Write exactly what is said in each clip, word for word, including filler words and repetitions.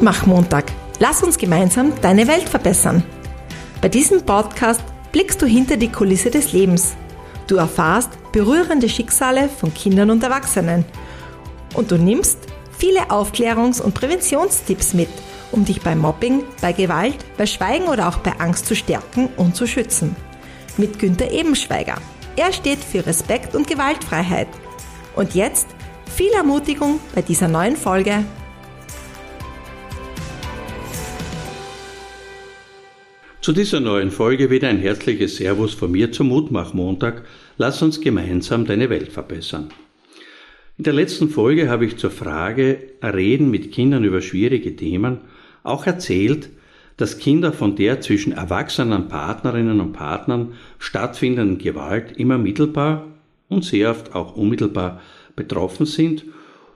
Mutmach-Montag. Lass uns gemeinsam deine Welt verbessern. Bei diesem Podcast blickst du hinter die Kulisse des Lebens. Du erfährst berührende Schicksale von Kindern und Erwachsenen. Und du nimmst viele Aufklärungs- und Präventionstipps mit, um dich bei Mobbing, bei Gewalt, bei Schweigen oder auch bei Angst zu stärken und zu schützen. Mit Günther Ebenschweiger. Er steht für Respekt und Gewaltfreiheit. Und jetzt viel Ermutigung bei dieser neuen Folge. Zu dieser neuen Folge wieder ein herzliches Servus von mir zum Mutmach-Montag. Lass uns gemeinsam deine Welt verbessern. In der letzten Folge habe ich zur Frage Reden mit Kindern über schwierige Themen auch erzählt, dass Kinder von der zwischen erwachsenen Partnerinnen und Partnern stattfindenden Gewalt immer mittelbar und sehr oft auch unmittelbar betroffen sind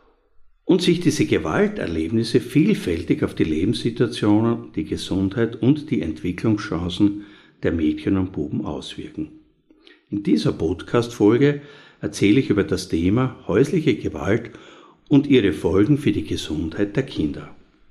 und sich diese Gewalterlebnisse vielfältig auf die Lebenssituationen, die Gesundheit und die Entwicklungschancen der Mädchen und Buben auswirken. In dieser Podcast-Folge erzähle ich über das Thema häusliche Gewalt und ihre Folgen für die Gesundheit der Kinder.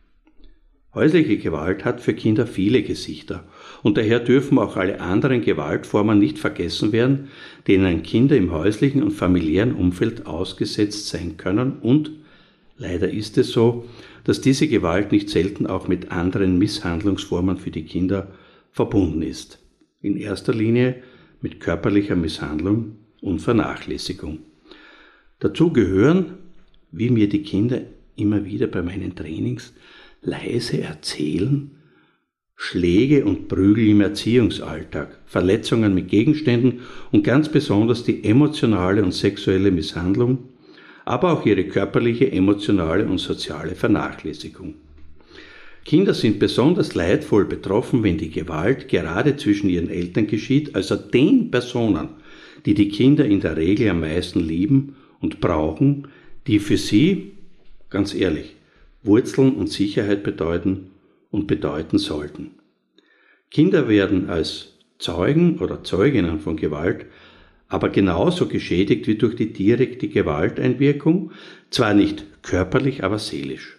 Häusliche Gewalt hat für Kinder viele Gesichter und daher dürfen auch alle anderen Gewaltformen nicht vergessen werden, denen Kinder im häuslichen und familiären Umfeld ausgesetzt sein können und leider ist es so, dass diese Gewalt nicht selten auch mit anderen Misshandlungsformen für die Kinder verbunden ist. In erster Linie mit körperlicher Misshandlung und Vernachlässigung. Dazu gehören, wie mir die Kinder immer wieder bei meinen Trainings leise erzählen, Schläge und Prügel im Erziehungsalltag, Verletzungen mit Gegenständen und ganz besonders die emotionale und sexuelle Misshandlung, aber auch ihre körperliche, emotionale und soziale Vernachlässigung. Kinder sind besonders leidvoll betroffen, wenn die Gewalt gerade zwischen ihren Eltern geschieht, also den Personen, die die Kinder in der Regel am meisten lieben und brauchen, die für sie, ganz ehrlich, Wurzeln und Sicherheit bedeuten und bedeuten sollten. Kinder werden als Zeugen oder Zeuginnen von Gewalt aber genauso geschädigt wie durch die direkte Gewalteinwirkung, zwar nicht körperlich, aber seelisch.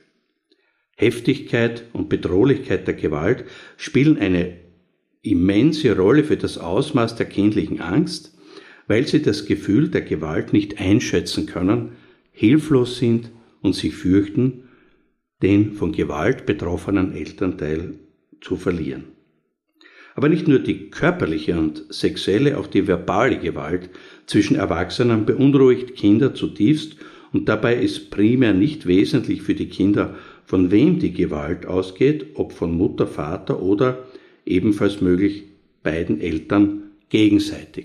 Heftigkeit und Bedrohlichkeit der Gewalt spielen eine immense Rolle für das Ausmaß der kindlichen Angst, weil sie das Gefühl der Gewalt nicht einschätzen können, hilflos sind und sich fürchten, den von Gewalt betroffenen Elternteil zu verlieren. Aber nicht nur die körperliche und sexuelle, auch die verbale Gewalt zwischen Erwachsenen beunruhigt Kinder zutiefst und dabei ist primär nicht wesentlich für die Kinder, von wem die Gewalt ausgeht, ob von Mutter, Vater oder ebenfalls möglich beiden Eltern gegenseitig.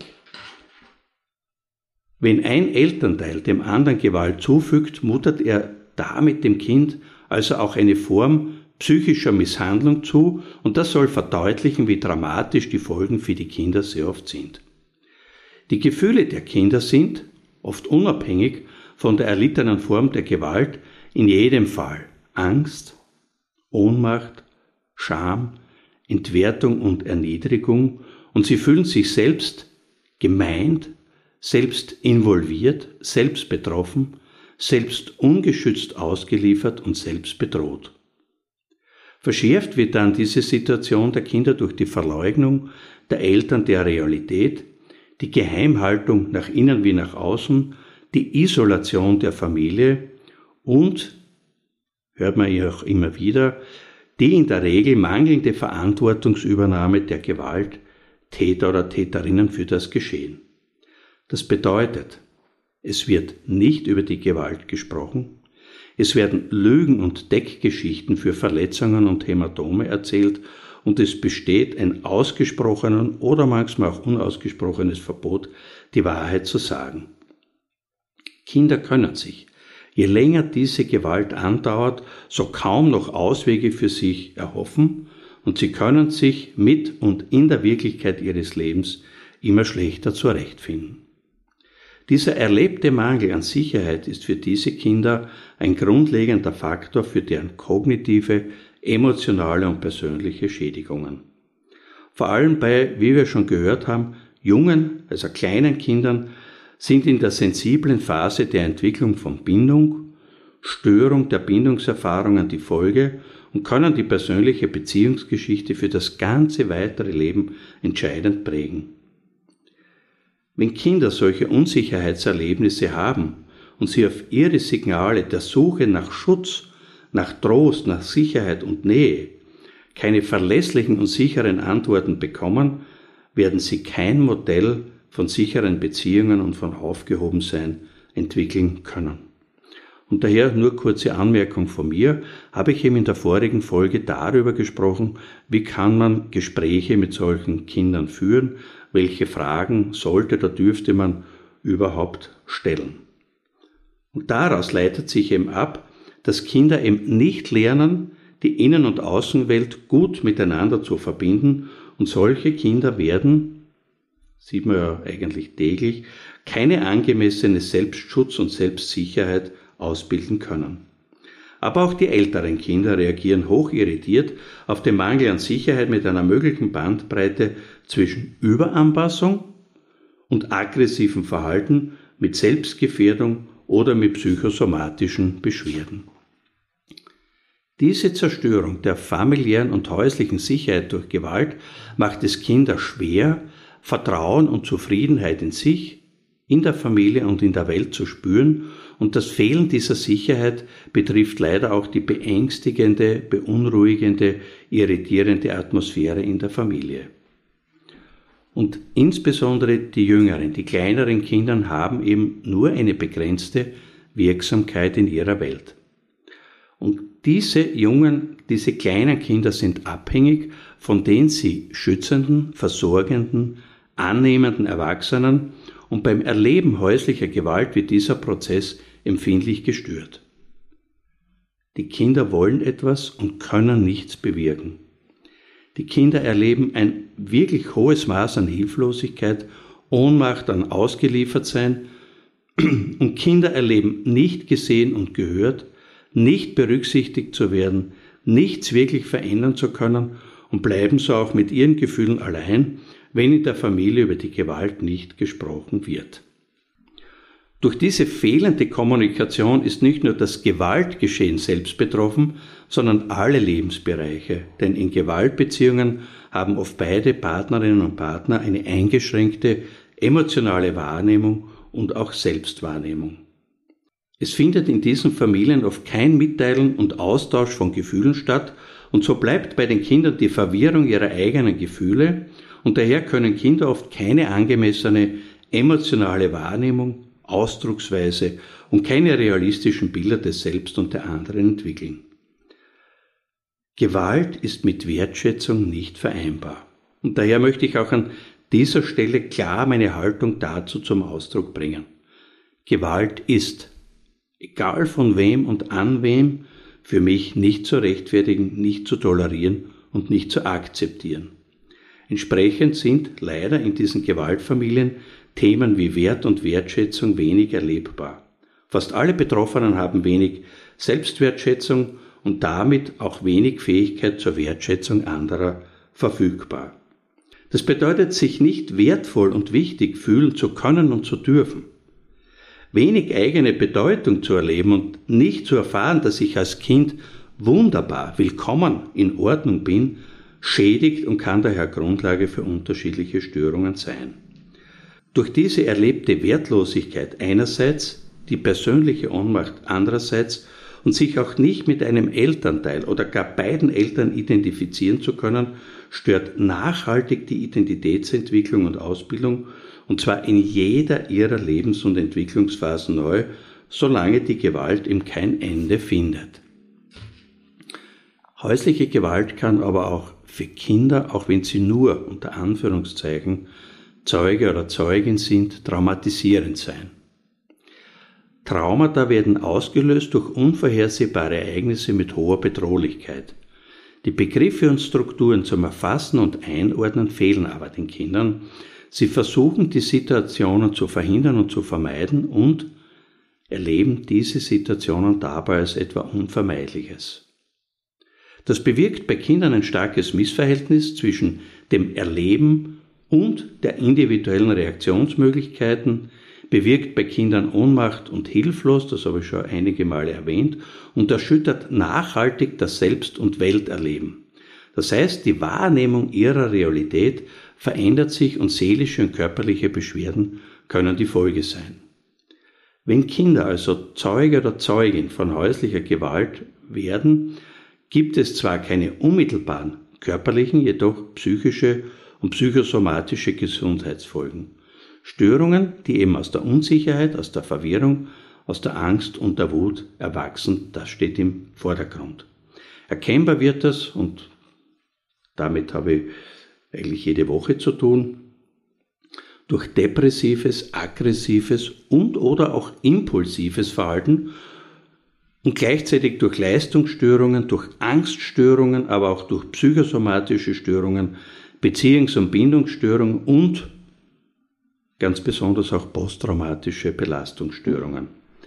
Wenn ein Elternteil dem anderen Gewalt zufügt, mutet er damit dem Kind also auch eine Form psychischer Misshandlung zu und das soll verdeutlichen, wie dramatisch die Folgen für die Kinder sehr oft sind. Die Gefühle der Kinder sind, oft unabhängig von der erlittenen Form der Gewalt, in jedem Fall Angst, Ohnmacht, Scham, Entwertung und Erniedrigung und sie fühlen sich selbst gemeint, selbst involviert, selbst betroffen, selbst ungeschützt ausgeliefert und selbst bedroht. Verschärft wird dann diese Situation der Kinder durch die Verleugnung der Eltern der Realität, die Geheimhaltung nach innen wie nach außen, die Isolation der Familie und, hört man ja auch immer wieder, die in der Regel mangelnde Verantwortungsübernahme der Gewalt, Täter oder Täterinnen für das Geschehen. Das bedeutet, es wird nicht über die Gewalt gesprochen, es werden Lügen und Deckgeschichten für Verletzungen und Hämatome erzählt und es besteht ein ausgesprochenes oder manchmal auch unausgesprochenes Verbot, die Wahrheit zu sagen. Kinder können sich, je länger diese Gewalt andauert, so kaum noch Auswege für sich erhoffen und sie können sich mit und in der Wirklichkeit ihres Lebens immer schlechter zurechtfinden. Dieser erlebte Mangel an Sicherheit ist für diese Kinder ein grundlegender Faktor für deren kognitive, emotionale und persönliche Schädigungen. Vor allem bei, wie wir schon gehört haben, jungen, also kleinen Kindern, sind in der sensiblen Phase der Entwicklung von Bindung, Störung der Bindungserfahrungen die Folge und können die persönliche Beziehungsgeschichte für das ganze weitere Leben entscheidend prägen. Wenn Kinder solche Unsicherheitserlebnisse haben und sie auf ihre Signale der Suche nach Schutz, nach Trost, nach Sicherheit und Nähe keine verlässlichen und sicheren Antworten bekommen, werden sie kein Modell von sicheren Beziehungen und von Aufgehobensein entwickeln können. Und daher nur kurze Anmerkung von mir, habe ich eben in der vorigen Folge darüber gesprochen, wie kann man Gespräche mit solchen Kindern führen, welche Fragen sollte oder dürfte man überhaupt stellen. Und daraus leitet sich eben ab, dass Kinder eben nicht lernen, die Innen- und Außenwelt gut miteinander zu verbinden, und solche Kinder werden, sieht man ja eigentlich täglich, keine angemessene Selbstschutz und Selbstsicherheit ausbilden können. Aber auch die älteren Kinder reagieren hochirritiert auf den Mangel an Sicherheit mit einer möglichen Bandbreite zwischen Überanpassung und aggressivem Verhalten mit Selbstgefährdung oder mit psychosomatischen Beschwerden. Diese Zerstörung der familiären und häuslichen Sicherheit durch Gewalt macht es Kindern schwer, Vertrauen und Zufriedenheit in sich, in der Familie und in der Welt zu spüren, und das Fehlen dieser Sicherheit betrifft leider auch die beängstigende, beunruhigende, irritierende Atmosphäre in der Familie. Und insbesondere die jüngeren, die kleineren Kinder haben eben nur eine begrenzte Wirksamkeit in ihrer Welt. Und diese jungen, diese kleinen Kinder sind abhängig von den sie schützenden, versorgenden, annehmenden Erwachsenen, und beim Erleben häuslicher Gewalt wird dieser Prozess empfindlich gestört. Die Kinder wollen etwas und können nichts bewirken. Die Kinder erleben ein wirklich hohes Maß an Hilflosigkeit, Ohnmacht, an Ausgeliefertsein, und Kinder erleben nicht gesehen und gehört, nicht berücksichtigt zu werden, nichts wirklich verändern zu können und bleiben so auch mit ihren Gefühlen allein, wenn in der Familie über die Gewalt nicht gesprochen wird. Durch diese fehlende Kommunikation ist nicht nur das Gewaltgeschehen selbst betroffen, sondern alle Lebensbereiche, denn in Gewaltbeziehungen haben oft beide Partnerinnen und Partner eine eingeschränkte emotionale Wahrnehmung und auch Selbstwahrnehmung. Es findet in diesen Familien oft kein Mitteilen und Austausch von Gefühlen statt, und so bleibt bei den Kindern die Verwirrung ihrer eigenen Gefühle, und daher können Kinder oft keine angemessene emotionale Wahrnehmung, Ausdrucksweise und keine realistischen Bilder des Selbst und der anderen entwickeln. Gewalt ist mit Wertschätzung nicht vereinbar. Und daher möchte ich auch an dieser Stelle klar meine Haltung dazu zum Ausdruck bringen. Gewalt ist, egal von wem und an wem, für mich nicht zu rechtfertigen, nicht zu tolerieren und nicht zu akzeptieren. Entsprechend sind leider in diesen Gewaltfamilien Themen wie Wert und Wertschätzung wenig erlebbar. Fast alle Betroffenen haben wenig Selbstwertschätzung und damit auch wenig Fähigkeit zur Wertschätzung anderer verfügbar. Das bedeutet, sich nicht wertvoll und wichtig fühlen zu können und zu dürfen. Wenig eigene Bedeutung zu erleben und nicht zu erfahren, dass ich als Kind wunderbar, willkommen, in Ordnung bin, schädigt und kann daher Grundlage für unterschiedliche Störungen sein. Durch diese erlebte Wertlosigkeit einerseits, die persönliche Ohnmacht andererseits und sich auch nicht mit einem Elternteil oder gar beiden Eltern identifizieren zu können, stört nachhaltig die Identitätsentwicklung und Ausbildung, und zwar in jeder ihrer Lebens- und Entwicklungsphasen neu, solange die Gewalt ihm kein Ende findet. Häusliche Gewalt kann aber auch für Kinder, auch wenn sie nur unter Anführungszeichen Zeuge oder Zeugin sind, traumatisierend sein. Traumata werden ausgelöst durch unvorhersehbare Ereignisse mit hoher Bedrohlichkeit. Die Begriffe und Strukturen zum Erfassen und Einordnen fehlen aber den Kindern. Sie versuchen, die Situationen zu verhindern und zu vermeiden und erleben diese Situationen dabei als etwa Unvermeidliches. Das bewirkt bei Kindern ein starkes Missverhältnis zwischen dem Erleben und der individuellen Reaktionsmöglichkeiten, bewirkt bei Kindern Ohnmacht und Hilflos, das habe ich schon einige Male erwähnt, und erschüttert nachhaltig das Selbst- und Welterleben. Das heißt, die Wahrnehmung ihrer Realität verändert sich und seelische und körperliche Beschwerden können die Folge sein. Wenn Kinder also Zeuge oder Zeugin von häuslicher Gewalt werden, gibt es zwar keine unmittelbaren körperlichen, jedoch psychische und psychosomatische Gesundheitsfolgen. Störungen, die eben aus der Unsicherheit, aus der Verwirrung, aus der Angst und der Wut erwachsen, das steht im Vordergrund. Erkennbar wird das, und damit habe ich eigentlich jede Woche zu tun, durch depressives, aggressives und oder auch impulsives Verhalten und gleichzeitig durch Leistungsstörungen, durch Angststörungen, aber auch durch psychosomatische Störungen, Beziehungs- und Bindungsstörungen und ganz besonders auch posttraumatische Belastungsstörungen.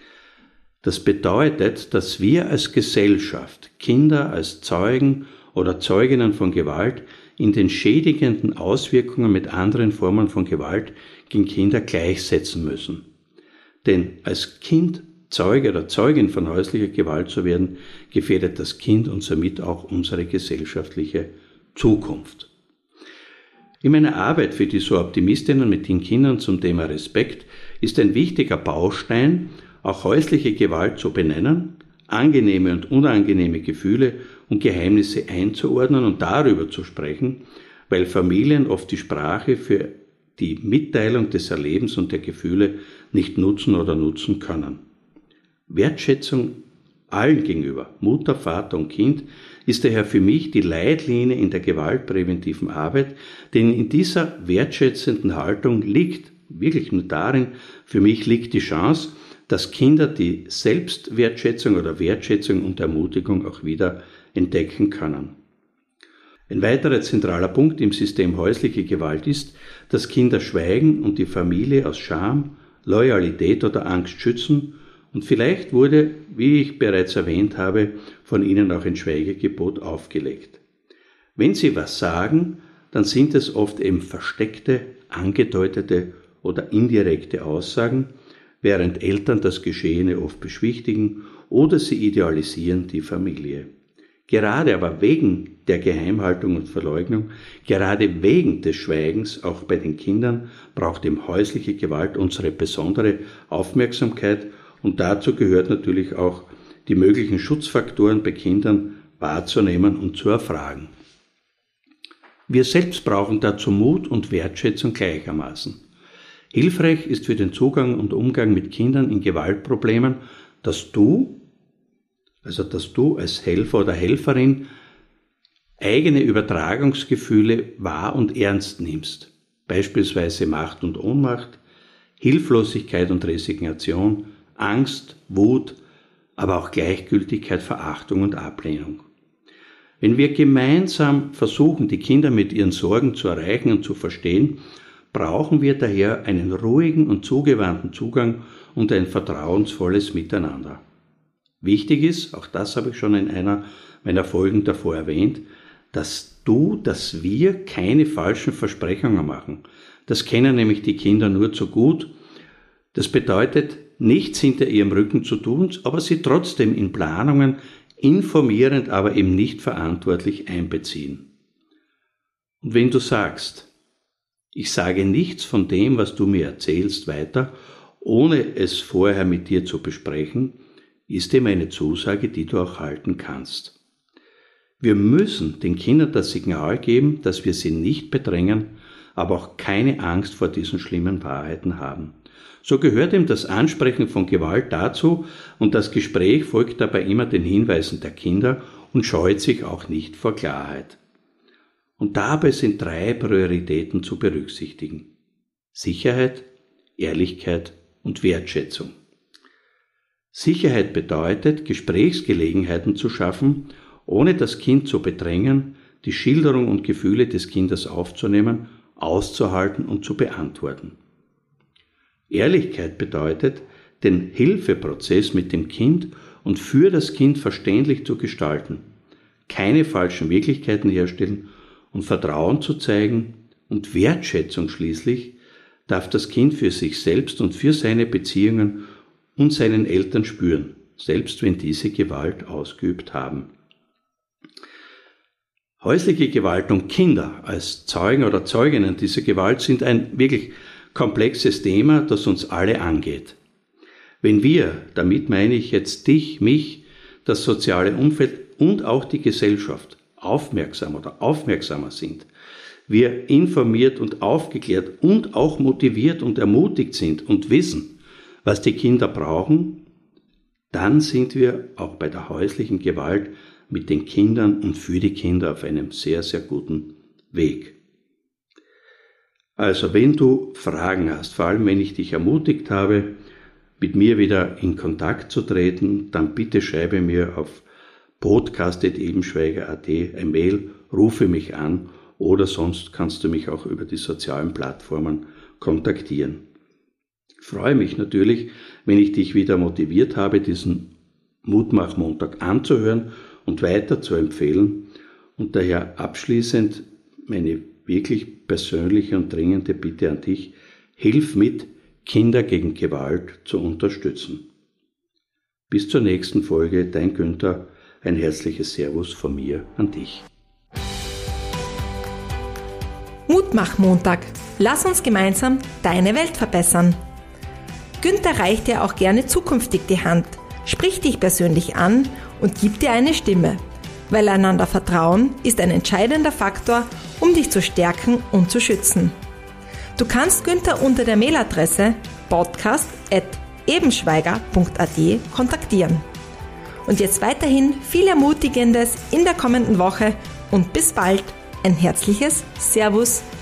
Das bedeutet, dass wir als Gesellschaft Kinder als Zeugen oder Zeuginnen von Gewalt in den schädigenden Auswirkungen mit anderen Formen von Gewalt gegen Kinder gleichsetzen müssen. Denn als Kind Zeuge oder Zeugin von häuslicher Gewalt zu werden, gefährdet das Kind und somit auch unsere gesellschaftliche Zukunft. In meiner Arbeit für die So Optimistinnen mit den Kindern zum Thema Respekt ist ein wichtiger Baustein, auch häusliche Gewalt zu benennen, angenehme und unangenehme Gefühle und Geheimnisse einzuordnen und darüber zu sprechen, weil Familien oft die Sprache für die Mitteilung des Erlebens und der Gefühle nicht nutzen oder nutzen können. Wertschätzung allen gegenüber, Mutter, Vater und Kind, ist daher für mich die Leitlinie in der gewaltpräventiven Arbeit, denn in dieser wertschätzenden Haltung liegt, wirklich nur darin, für mich liegt die Chance, dass Kinder die Selbstwertschätzung oder Wertschätzung und Ermutigung auch wieder entdecken können. Ein weiterer zentraler Punkt im System häusliche Gewalt ist, dass Kinder schweigen und die Familie aus Scham, Loyalität oder Angst schützen, und vielleicht wurde, wie ich bereits erwähnt habe, von ihnen auch ein Schweigegebot aufgelegt. Wenn sie was sagen, dann sind es oft eben versteckte, angedeutete oder indirekte Aussagen, während Eltern das Geschehene oft beschwichtigen oder sie idealisieren die Familie. Gerade aber wegen der Geheimhaltung und Verleugnung, gerade wegen des Schweigens auch bei den Kindern, braucht eben häusliche Gewalt unsere besondere Aufmerksamkeit, und dazu gehört natürlich auch, die möglichen Schutzfaktoren bei Kindern wahrzunehmen und zu erfragen. Wir selbst brauchen dazu Mut und Wertschätzung gleichermaßen. Hilfreich ist für den Zugang und Umgang mit Kindern in Gewaltproblemen, dass du, also dass du als Helfer oder Helferin eigene Übertragungsgefühle wahr und ernst nimmst, beispielsweise Macht und Ohnmacht, Hilflosigkeit und Resignation, Angst, Wut, aber auch Gleichgültigkeit, Verachtung und Ablehnung. Wenn wir gemeinsam versuchen, die Kinder mit ihren Sorgen zu erreichen und zu verstehen, brauchen wir daher einen ruhigen und zugewandten Zugang und ein vertrauensvolles Miteinander. Wichtig ist, auch das habe ich schon in einer meiner Folgen davor erwähnt, dass du, dass wir keine falschen Versprechungen machen. Das kennen nämlich die Kinder nur zu gut. Das bedeutet, nichts hinter ihrem Rücken zu tun, aber sie trotzdem in Planungen informierend, aber eben nicht verantwortlich einbeziehen. Und wenn du sagst, ich sage nichts von dem, was du mir erzählst, weiter, ohne es vorher mit dir zu besprechen, ist dem eine Zusage, die du auch halten kannst. Wir müssen den Kindern das Signal geben, dass wir sie nicht bedrängen, aber auch keine Angst vor diesen schlimmen Wahrheiten haben. So gehört ihm das Ansprechen von Gewalt dazu und das Gespräch folgt dabei immer den Hinweisen der Kinder und scheut sich auch nicht vor Klarheit. Und dabei sind drei Prioritäten zu berücksichtigen: Sicherheit, Ehrlichkeit und Wertschätzung. Sicherheit bedeutet, Gesprächsgelegenheiten zu schaffen, ohne das Kind zu bedrängen, die Schilderung und Gefühle des Kindes aufzunehmen, auszuhalten und zu beantworten. Ehrlichkeit bedeutet, den Hilfeprozess mit dem Kind und für das Kind verständlich zu gestalten, keine falschen Wirklichkeiten herstellen und Vertrauen zu zeigen, und Wertschätzung schließlich, darf das Kind für sich selbst und für seine Beziehungen und seinen Eltern spüren, selbst wenn diese Gewalt ausgeübt haben. Häusliche Gewalt und Kinder als Zeugen oder Zeuginnen dieser Gewalt sind ein wirklich komplexes Thema, das uns alle angeht. Wenn wir, damit meine ich jetzt dich, mich, das soziale Umfeld und auch die Gesellschaft, aufmerksam oder aufmerksamer sind, wir informiert und aufgeklärt und auch motiviert und ermutigt sind und wissen, was die Kinder brauchen, dann sind wir auch bei der häuslichen Gewalt mit den Kindern und für die Kinder auf einem sehr, sehr guten Weg. Also wenn du Fragen hast, vor allem wenn ich dich ermutigt habe, mit mir wieder in Kontakt zu treten, dann bitte schreibe mir auf podcast punkt ebenschweiger punkt at ein Mail, rufe mich an oder sonst kannst du mich auch über die sozialen Plattformen kontaktieren. Ich freue mich natürlich, wenn ich dich wieder motiviert habe, diesen Mutmach-Montag anzuhören und weiter zu empfehlen und daher abschließend meine wirklich persönliche und dringende Bitte an dich, hilf mit, Kinder gegen Gewalt zu unterstützen. Bis zur nächsten Folge, dein Günther, ein herzliches Servus von mir an dich. Mutmach-Montag. Lass uns gemeinsam deine Welt verbessern. Günther reicht dir auch gerne zukünftig die Hand, spricht dich persönlich an und gibt dir eine Stimme, weil einander Vertrauen ist ein entscheidender Faktor, um dich zu stärken und zu schützen. Du kannst Günther unter der Mailadresse podcast punkt ebenschweiger punkt at kontaktieren. Und jetzt weiterhin viel Ermutigendes in der kommenden Woche und bis bald. Ein herzliches Servus.